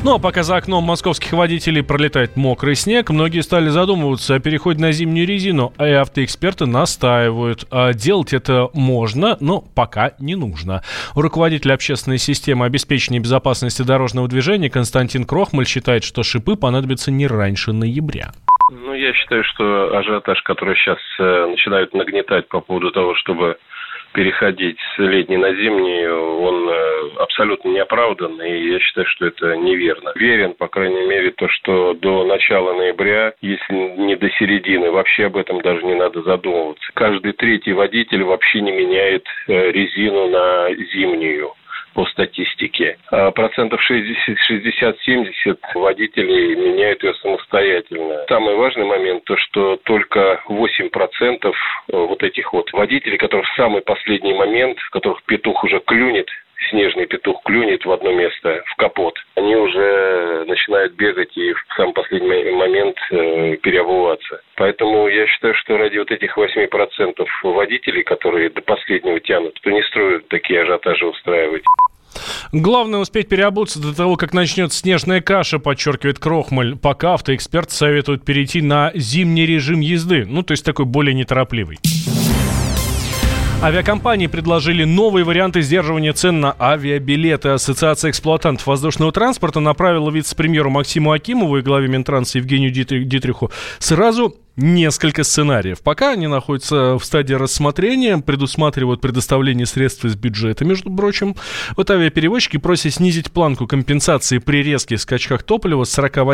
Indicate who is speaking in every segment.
Speaker 1: Ну а пока за окном московских водителей пролетает мокрый снег, многие стали задумываться о переходе на зимнюю резину, и автоэксперты настаивают. Делать это можно, но пока не нужно. Руководитель общественной системы обеспечения безопасности дорожного движения Константин Крохмаль считает, что шипы понадобятся не раньше ноября.
Speaker 2: Ну, я считаю, что ажиотаж, который сейчас начинают нагнетать по поводу того, чтобы переходить с летней на зимнюю, он абсолютно не оправдан, и я считаю, что это неверно. Верен, по крайней мере, то, что до начала ноября, если не до середины, вообще об этом даже не надо задумываться. Каждый третий водитель вообще не меняет резину на зимнюю. По статистике. Процентов 60-70 водителей меняют ее самостоятельно. Самый важный момент, то что только 8% вот этих вот водителей, которые в самый последний момент, в которых петух уже клюнет, снежный петух клюнет в одно место, в капот, они уже начинают бегать и в самый последний момент переобуваться. Поэтому я считаю, что ради вот этих 8% водителей, которые до последнего тянут, то не стоит такие ажиотажи устраивать.
Speaker 1: Главное успеть переобуться до того, как начнется снежная каша, подчеркивает Крохмаль. Пока автоэксперт советует перейти на зимний режим езды, то есть такой более неторопливый. Авиакомпании предложили новые варианты сдерживания цен на авиабилеты. Ассоциация эксплуатантов воздушного транспорта направила вице-премьеру Максиму Акимову и главе Минтранса Евгению Дитриху сразу несколько сценариев. Пока они находятся в стадии рассмотрения, предусматривают предоставление средств из бюджета, между прочим. Вот авиаперевозчики просят снизить планку компенсации при резких скачках топлива с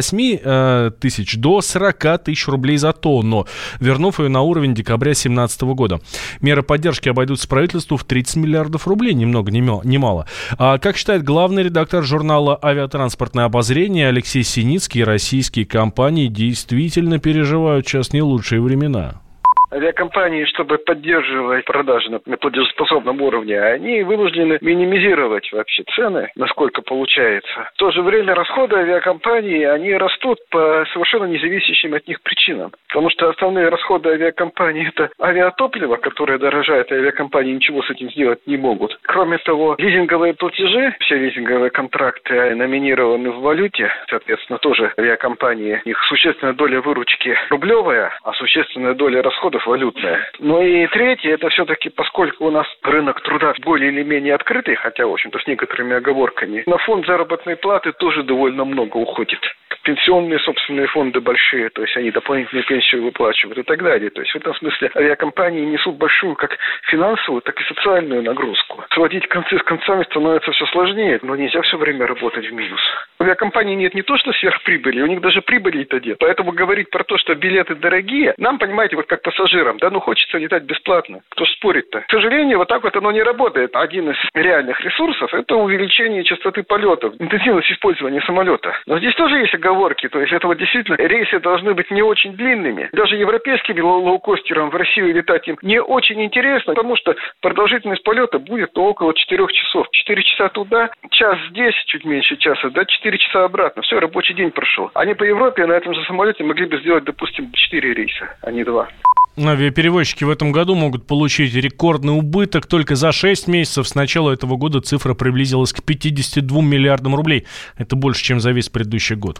Speaker 1: 48 тысяч до 40 тысяч рублей за тонну, вернув ее на уровень декабря 2017 года. Меры поддержки обойдутся правительству в 30 миллиардов рублей, ни много ни мало. Как считает главный редактор журнала «Авиатранспортное обозрение» Алексей Синицкий, российские компании действительно переживают сейчас не лучшие времена.
Speaker 3: Авиакомпании, чтобы поддерживать продажи на платежеспособном уровне, они вынуждены минимизировать вообще цены, насколько получается. В то же время расходы авиакомпаний, они растут по совершенно независящим от них причинам. Потому что основные расходы авиакомпаний – это авиатопливо, которое дорожает, и авиакомпании ничего с этим сделать не могут. Кроме того, лизинговые платежи, все лизинговые контракты номинированы в валюте, соответственно, тоже авиакомпании, их существенная доля выручки рублевая, а существенная доля расходов валютная. Ну и третье, это все-таки, поскольку у нас рынок труда более или менее открытый, хотя, в общем-то, с некоторыми оговорками, на фонд заработной платы тоже довольно много уходит. Пенсионные собственные фонды большие, то есть они дополнительные пенсии выплачивают и так далее. То есть в этом смысле авиакомпании несут большую как финансовую, так и социальную нагрузку. Сводить концы с концами становится все сложнее, но нельзя все время работать в минус. У авиакомпаний нет не то, что сверхприбыли, у них даже прибыли-то нет. Поэтому говорить про то, что билеты дорогие, нам, понимаете, вот как пассажирам, хочется летать бесплатно. Кто ж спорит-то? К сожалению, вот так вот оно не работает. Один из реальных ресурсов – это увеличение частоты полетов, интенсивность использования самолета. Но здесь тоже есть оговорки. То есть это вот действительно рейсы должны быть не очень длинными. Даже европейским лоукостерам в Россию летать им не очень интересно, потому что продолжительность полета будет около 4 часов. 4 часа туда, час здесь, чуть меньше часа, 4 часа обратно. Все, рабочий день прошел. Они по Европе на этом же самолете могли бы сделать, допустим, 4 рейса, а не 2.
Speaker 1: Авиаперевозчики в этом году могут получить рекордный убыток. Только за 6 месяцев с начала этого года цифра приблизилась к 52 миллиардам рублей. Это больше, чем за весь предыдущий год.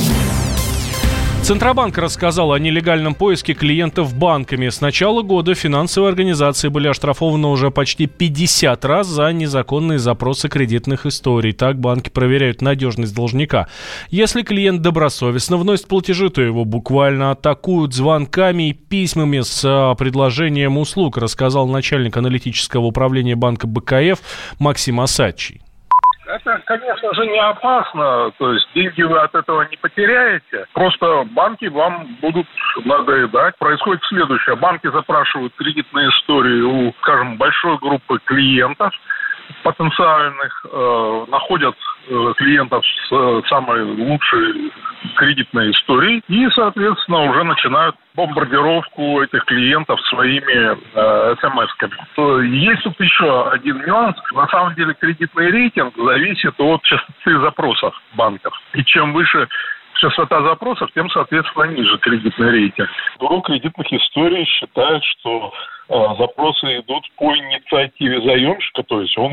Speaker 1: Центробанк рассказал о нелегальном поиске клиентов банками. С начала года финансовые организации были оштрафованы уже почти 50 раз за незаконные запросы кредитных историй. Так банки проверяют надежность должника. Если клиент добросовестно вносит платежи, то его буквально атакуют звонками и письмами с предложением услуг, рассказал начальник аналитического управления банка БКФ Максим Осадчий.
Speaker 4: Это, конечно же, не опасно, то есть деньги вы от этого не потеряете, просто банки вам будут надоедать. Происходит следующее. Банки запрашивают кредитные истории у, скажем, большой группы клиентов потенциальных, находят клиентов с самой лучшей кредитной историей и, соответственно, уже начинают бомбардировку этих клиентов своими смс-ками. Есть тут еще один нюанс. На самом деле кредитный рейтинг зависит от частоты запросов банков. И чем выше частота запросов, тем, соответственно, ниже кредитный рейтинг. Бюро кредитных историй считает, что запросы идут по инициативе заемщика, то есть он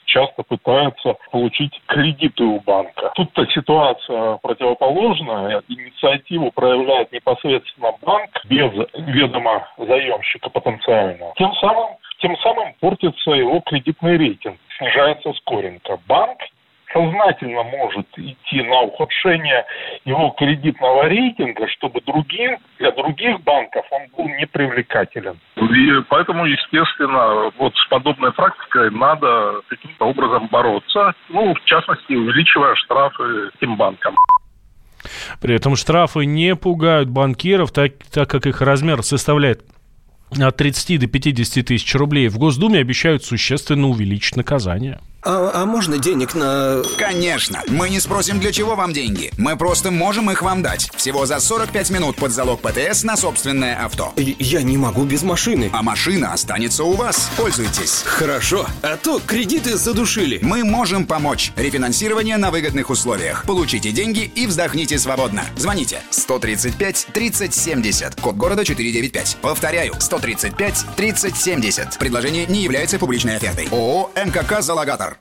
Speaker 4: часто пытаются получить кредиты у банка. Тут-то ситуация противоположная. Инициативу проявляет непосредственно банк без ведома заемщика потенциального. Тем самым портится его кредитный рейтинг, снижается скоринг. Банк сознательно может идти на ухудшение его кредитного рейтинга, чтобы для других банков он был непривлекателен. И поэтому, естественно, вот с подобной практикой надо каким-то образом бороться, в частности, увеличивая штрафы этим банкам.
Speaker 1: При этом штрафы не пугают банкиров, так как их размер составляет от 30 до 50 тысяч рублей. В Госдуме обещают существенно увеличить наказание.
Speaker 5: А можно денег на...
Speaker 6: Конечно. Мы не спросим, для чего вам деньги. Мы просто можем их вам дать. Всего за 45 минут под залог ПТС на собственное авто.
Speaker 5: Я не могу без машины.
Speaker 6: А машина останется у вас. Пользуйтесь.
Speaker 5: Хорошо. А то кредиты задушили.
Speaker 6: Мы можем помочь. Рефинансирование на выгодных условиях. Получите деньги и вздохните свободно. Звоните 135 30 70. Код города 495. Повторяю. 135 30 70. Предложение не является публичной офертой. ООО «МКК Залогатор».